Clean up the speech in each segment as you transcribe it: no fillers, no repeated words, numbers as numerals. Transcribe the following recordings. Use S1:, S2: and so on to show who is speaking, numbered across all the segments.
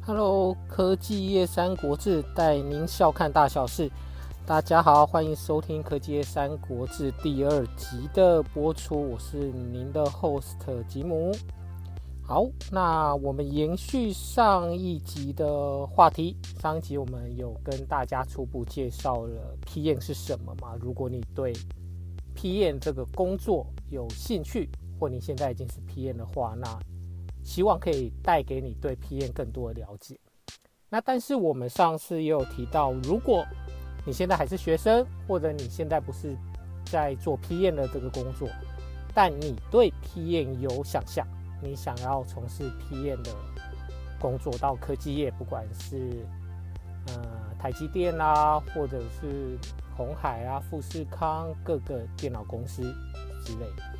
S1: Hello，科技业三国志带您笑看大小事。大家好，欢迎收听科技业三国志第2集的播出，我是您的 host 吉姆。好，那我们延续上一集的话题，上一集我们有跟大家初步介绍了 PM 是什么嘛？如果你对 PM 这个工作有兴趣，或你现在已经是 PM 的话，那希望可以带给你对 PM 更多的了解。那但是我们上次也有提到，如果你现在还是学生，或者你现在不是在做 PM 的这个工作，但你对 PM 有想象，你想要从事 PM 的工作到科技业，不管是台积电啊，或者是鸿海啊、富士康各个电脑公司之类的。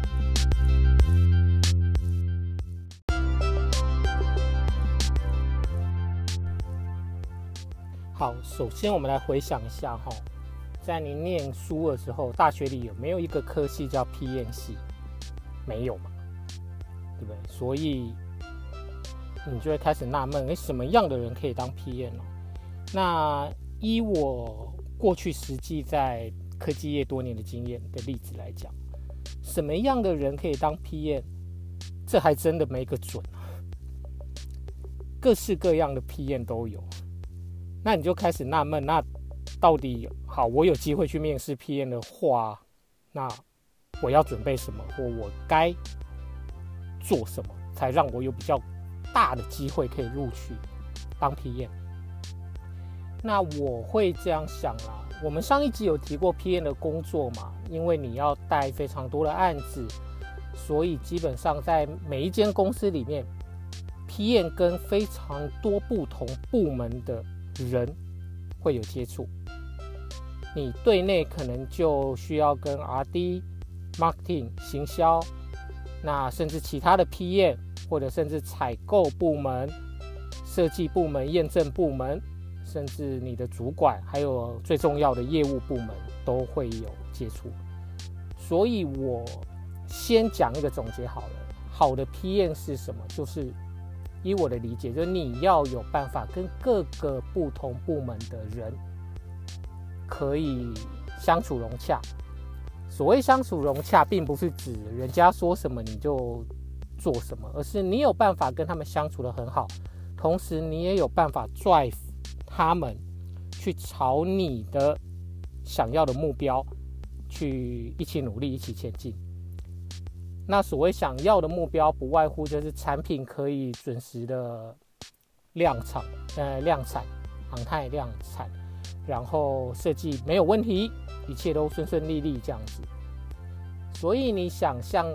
S1: 好，首先我们来回想一下在你念书的时候，大学里有没有一个科系叫 PM 系？没有嘛，对不对？所以你就会开始纳闷，什么样的人可以当 PM 呢？那依我过去实际在科技业多年的经验的例子来讲，什么样的人可以当 PM？ 这还真的没个准啊，各式各样的 PM 都有。那你就开始纳闷，那到底好，我有机会去面试 PM 的话，那我要准备什么，或我该做什么，才让我有比较大的机会可以录取当 PM？ 那我会这样想啦，我们上一集有提过 PM 的工作嘛，因为你要带非常多的案子，所以基本上在每一间公司里面 PM 跟非常多不同部门的人会有接触，你对内可能就需要跟 RD、Marketing、行销，那甚至其他的 PM， 或者甚至采购部门、设计部门、验证部门，甚至你的主管，还有最重要的业务部门都会有接触。所以我先讲一个总结好了，好的 PM 是什么？就是依我的理解，就是你要有办法跟各个不同部门的人可以相处融洽。所谓相处融洽，并不是指人家说什么你就做什么，而是你有办法跟他们相处得很好，同时你也有办法 drive 他们去朝你的想要的目标去一起努力，一起前进。那所谓想要的目标，不外乎就是产品可以准时的量产，航太量产，然后设计没有问题，一切都顺顺利利这样子。所以你想象，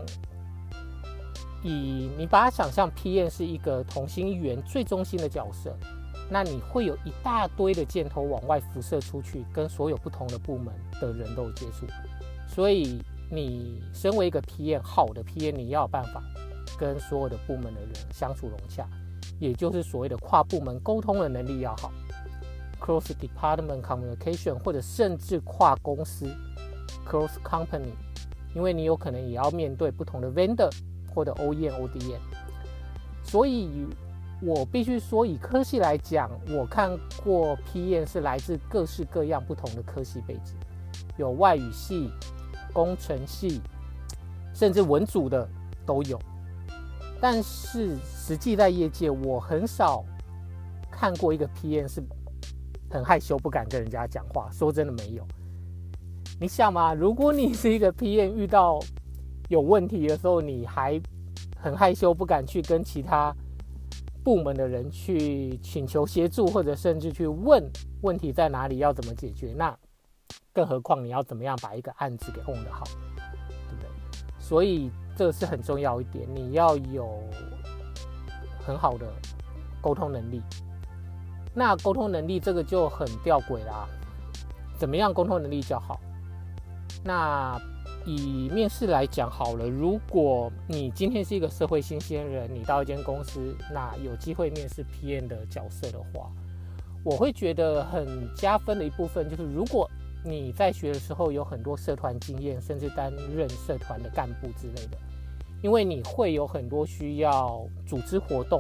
S1: 你把它想象 PM 是一个同心圆最中心的角色，那你会有一大堆的箭头往外辐射出去，跟所有不同的部门的人都有接触。所以你身为一个 PM， 好的 PM， 你要有办法跟所有的部门的人相处融洽，也就是所谓的跨部门沟通的能力要好 ，cross department communication， 或者甚至跨公司 cross company， 因为你有可能也要面对不同的 vendor 或者 OEM、ODM。所以我必须说，以科系来讲，我看过 PM 是来自各式各样不同的科系背景，有外语系、工程系，甚至文组的都有。但是实际在业界，我很少看过一个 PM 是很害羞不敢跟人家讲话，说真的没有。你想嘛，如果你是一个 PM， 遇到有问题的时候，你还很害羞不敢去跟其他部门的人去请求协助，或者甚至去问问题在哪里，要怎么解决，那更何况你要怎么样把一个案子给 own 得好，对不对？所以这是很重要一点，你要有很好的沟通能力。那沟通能力这个就很吊诡啦，怎么样沟通能力较好？那以面试来讲好了，如果你今天是一个社会新鲜人，你到一间公司，那有机会面试 PM 的角色的话，我会觉得很加分的一部分就是，如果你在学的时候有很多社团经验，甚至担任社团的干部之类的，因为你会有很多需要组织活动嘛，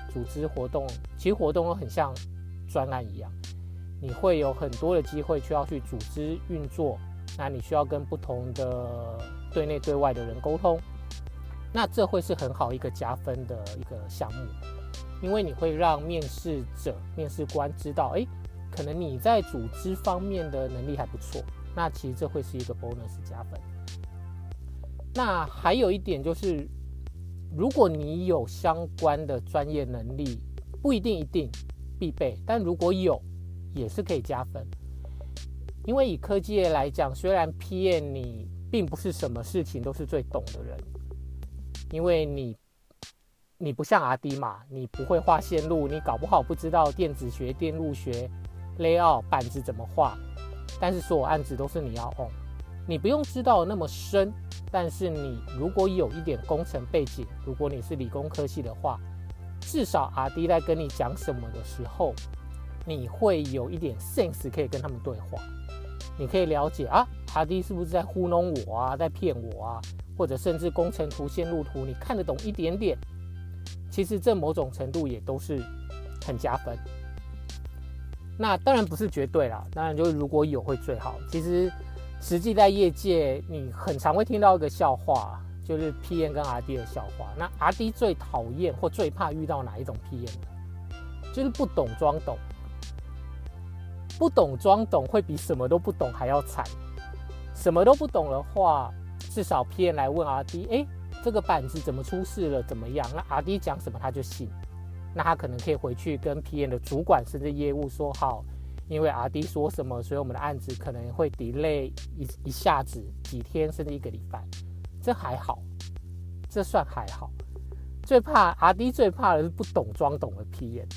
S1: 组织活动，其实活动都很像专案一样，你会有很多的机会需要去组织运作，那你需要跟不同的对内对外的人沟通，那这会是很好一个加分的一个项目，因为你会让面试者、面试官知道，可能你在组织方面的能力还不错，那其实这会是一个 bonus 加分。那还有一点就是，如果你有相关的专业能力，不一定必备，但如果有，也是可以加分。因为以科技业来讲，虽然 PM 你并不是什么事情都是最懂的人，因为你不像 RD 嘛，你不会画线路，你搞不好不知道电子学、电路学、layout 板子怎么画，但是所有案子都是你要 on， 你不用知道那么深，但是你如果有一点工程背景，如果你是理工科系的话，至少 RD 在跟你讲什么的时候，你会有一点 sense 可以跟他们对话，你可以了解RD 是不是在糊弄我啊，在骗我啊，或者甚至工程图、线路图你看得懂一点点，其实这某种程度也都是很加分。那当然不是绝对啦，当然就是如果有会最好。其实实际在业界你很常会听到一个笑话，就是 PM 跟 RD 的笑话。那 RD 最讨厌或最怕遇到哪一种 PM 呢？就是不懂装懂。不懂装懂会比什么都不懂还要惨。什么都不懂的话，至少 PM 来问 RD， 这个板子怎么出事了，怎么样？那 RD 讲什么他就信。那他可能可以回去跟 PM 的主管甚至业务说，好，因为 RD 说什么，所以我们的案子可能会 delay 一下子几天甚至1个礼拜。这还好，这算还好。RD 最怕的是不懂装懂的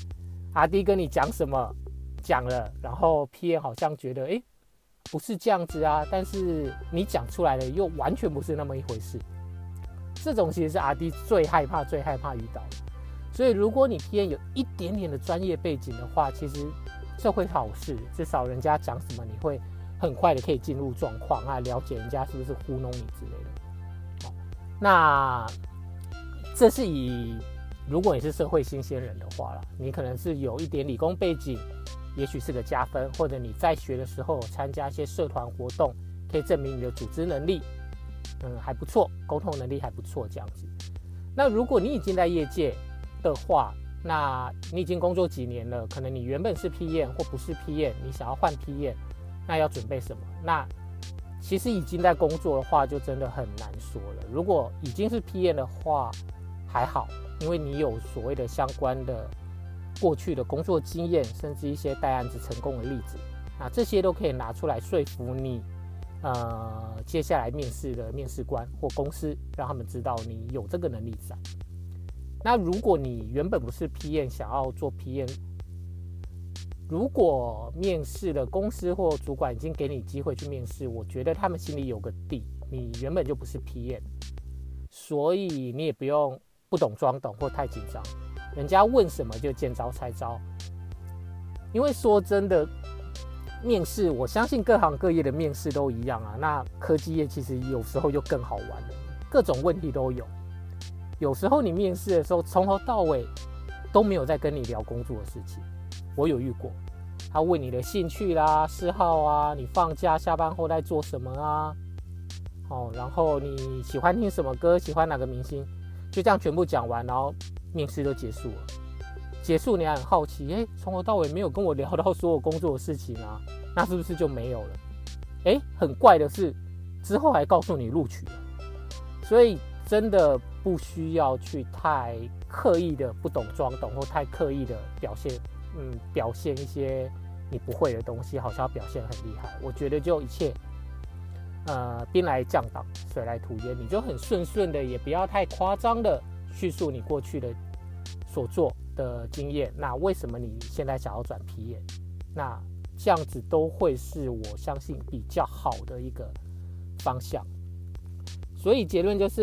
S1: PM。RD 跟你讲什么讲了，然后 PM 好像觉得不是这样子啊，但是你讲出来的又完全不是那么一回事。这种其实是 RD 最害怕遇到的。所以如果你 PM 有一点点的专业背景的话，其实这会是好事，至少人家讲什么你会很快的可以进入状况了解人家是不是糊弄你之类的。那这是如果你是社会新鲜人的话啦，你可能是有一点理工背景，也许是个加分，或者你在学的时候参加一些社团活动，可以证明你的组织能力还不错，沟通能力还不错这样子。那如果你已经在业界的话，那你已经工作几年了，可能你原本是 PM 或不是 PM， 你想要换 PM， 那要准备什么？那其实已经在工作的话就真的很难说了。如果已经是 PM 的话还好，因为你有所谓的相关的过去的工作经验，甚至一些带案子成功的例子，那这些都可以拿出来说服你接下来面试的面试官或公司，让他们知道你有这个能力在。那如果你原本不是 PM， 想要做 PM， 如果面试的公司或主管已经给你机会去面试，我觉得他们心里有个底，你原本就不是 PM， 所以你也不用不懂装懂或太紧张，人家问什么就见招拆招。因为说真的，面试我相信各行各业的面试都一样那科技业其实有时候就更好玩了，各种问题都有。有时候你面试的时候从头到尾都没有在跟你聊工作的事情，我有遇过，他问你的兴趣啦、嗜好你放假下班后在做什么然后你喜欢听什么歌，喜欢哪个明星，就这样全部讲完，然后面试就结束了。结束你还很好奇，从头到尾没有跟我聊到所有工作的事情那是不是就没有了？很怪的是，之后还告诉你录取了。所以真的不需要去太刻意的不懂装懂，或太刻意的表现一些你不会的东西，好像表现很厉害。我觉得就一切兵来将挡，水来土掩，你就很顺的，也不要太夸张的叙述你过去的所做的经验。那为什么你现在想要转 PM？ 那这样子都会是我相信比较好的一个方向。所以结论就是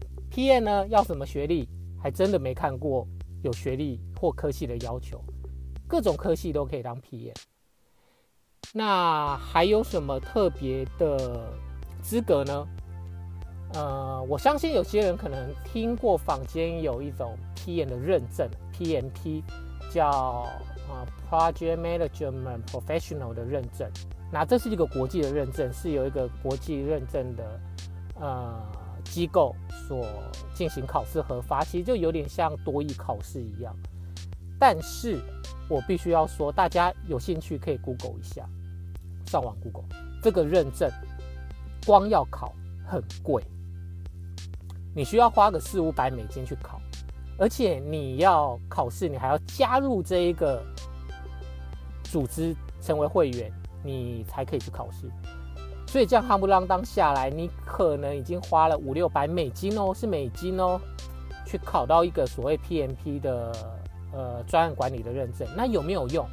S1: PM 呢要什么学历，还真的没看过有学历或科系的要求，各种科系都可以当 PM。那还有什么特别的资格呢？我相信有些人可能听过坊间有一种 PM 的认证 PMP， 叫Project Management Professional 的认证。那这是一个国际的认证，是由一个国际认证的机构所进行考试核发，其实就有点像多益考试一样。但是我必须要说，大家有兴趣可以 Google 一下，上网 Google 这个认证，光要考很贵，你需要花个$400-500去考，而且你要考试，你还要加入这一个组织成为会员，你才可以去考试。所以这样夯不啷当下来，你可能已经花了$500-600哦，是美金哦，去考到一个所谓 PMP 的专案管理的认证。那有没有用？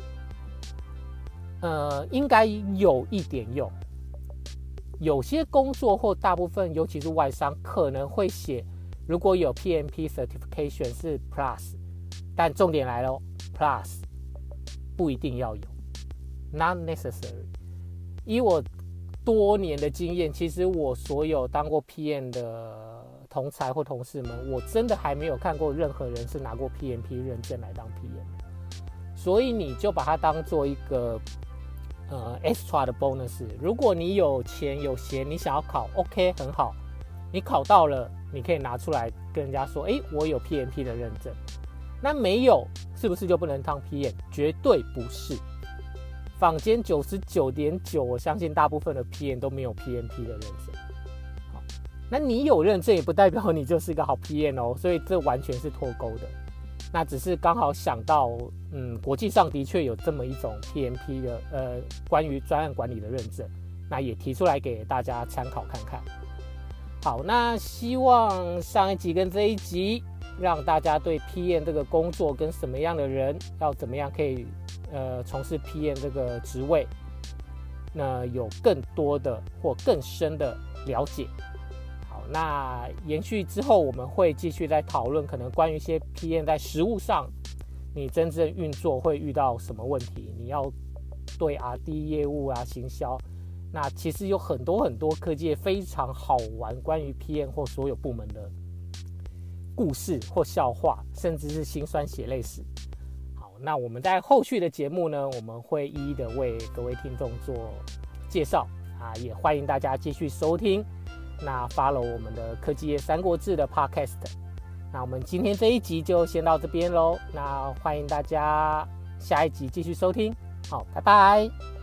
S1: 应该有一点用。有些工作或大部分，尤其是外商，可能会写，如果有 PMP certification 是 Plus， 但重点来咯 Plus 不一定要有 ，not necessary。以我多年的经验，其实我所有当过 PM 的同才或同事们，我真的还没有看过任何人是拿过 PMP 认证来当 PM 的。所以你就把它当做一个extra 的 bonus。如果你有钱有闲，你想要考 ，OK 很好，你考到了，你可以拿出来跟人家说，我有 PMP 的认证。那没有，是不是就不能当 PM？ 绝对不是。坊间99.9%，我相信大部分的 PM 都没有 PMP 的认证。好，那你有认证也不代表你就是一个好 PM 哦，所以这完全是脱钩的。那只是刚好想到，国际上的确有这么一种 PMP 的关于专案管理的认证，那也提出来给大家参考看看。好，那希望上一集跟这一集让大家对 PM 这个工作跟什么样的人要怎么样可以从事 PM 这个职位，那有更多的或更深的了解。好，那延续之后我们会继续再讨论可能关于一些 PM 在实务上你真正运作会遇到什么问题，你要对 RD 业务啊行销，那其实有很多科技非常好玩关于 PM 或所有部门的故事或笑话，甚至是辛酸血泪史。好，那我们在后续的节目呢，我们会一一的为各位听众做介绍啊，也欢迎大家继续收听，那 follow 我们的科技业三国志的 podcast。那我们今天这一集就先到这边咯，那欢迎大家下一集继续收听，好，拜拜。